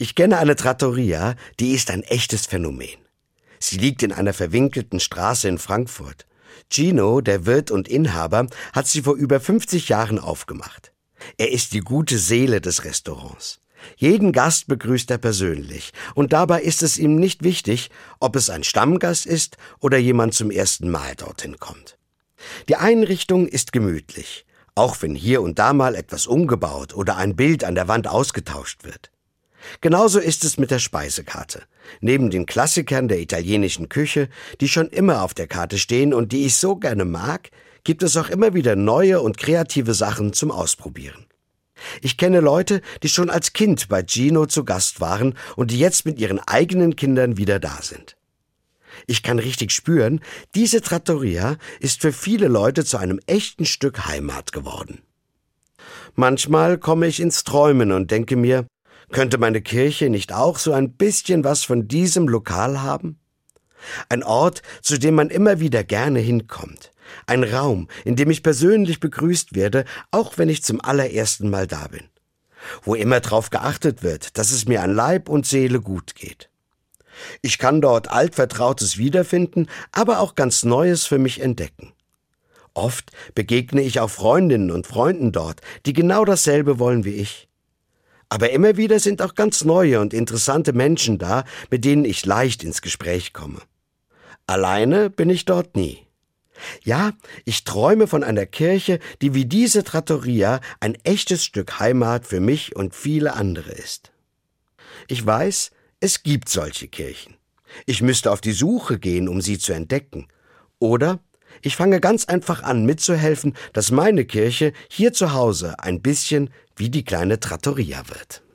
Ich kenne eine Trattoria, die ist ein echtes Phänomen. Sie liegt in einer verwinkelten Straße in Frankfurt. Gino, der Wirt und Inhaber, hat sie vor über 50 Jahren aufgemacht. Er ist die gute Seele des Restaurants. Jeden Gast begrüßt er persönlich und dabei ist es ihm nicht wichtig, ob es ein Stammgast ist oder jemand zum ersten Mal dorthin kommt. Die Einrichtung ist gemütlich, auch wenn hier und da mal etwas umgebaut oder ein Bild an der Wand ausgetauscht wird. Genauso ist es mit der Speisekarte. Neben den Klassikern der italienischen Küche, die schon immer auf der Karte stehen und die ich so gerne mag, gibt es auch immer wieder neue und kreative Sachen zum Ausprobieren. Ich kenne Leute, die schon als Kind bei Gino zu Gast waren und die jetzt mit ihren eigenen Kindern wieder da sind. Ich kann richtig spüren, diese Trattoria ist für viele Leute zu einem echten Stück Heimat geworden. Manchmal komme ich ins Träumen und denke mir, könnte meine Kirche nicht auch so ein bisschen was von diesem Lokal haben? Ein Ort, zu dem man immer wieder gerne hinkommt. Ein Raum, in dem ich persönlich begrüßt werde, auch wenn ich zum allerersten Mal da bin. Wo immer darauf geachtet wird, dass es mir an Leib und Seele gut geht. Ich kann dort Altvertrautes wiederfinden, aber auch ganz Neues für mich entdecken. Oft begegne ich auch Freundinnen und Freunden dort, die genau dasselbe wollen wie ich. Aber immer wieder sind auch ganz neue und interessante Menschen da, mit denen ich leicht ins Gespräch komme. Alleine bin ich dort nie. Ja, ich träume von einer Kirche, die wie diese Trattoria ein echtes Stück Heimat für mich und viele andere ist. Ich weiß, es gibt solche Kirchen. Ich müsste auf die Suche gehen, um sie zu entdecken. Oder ich fange ganz einfach an, mitzuhelfen, dass meine Kirche hier zu Hause ein bisschen wie die kleine Trattoria wird.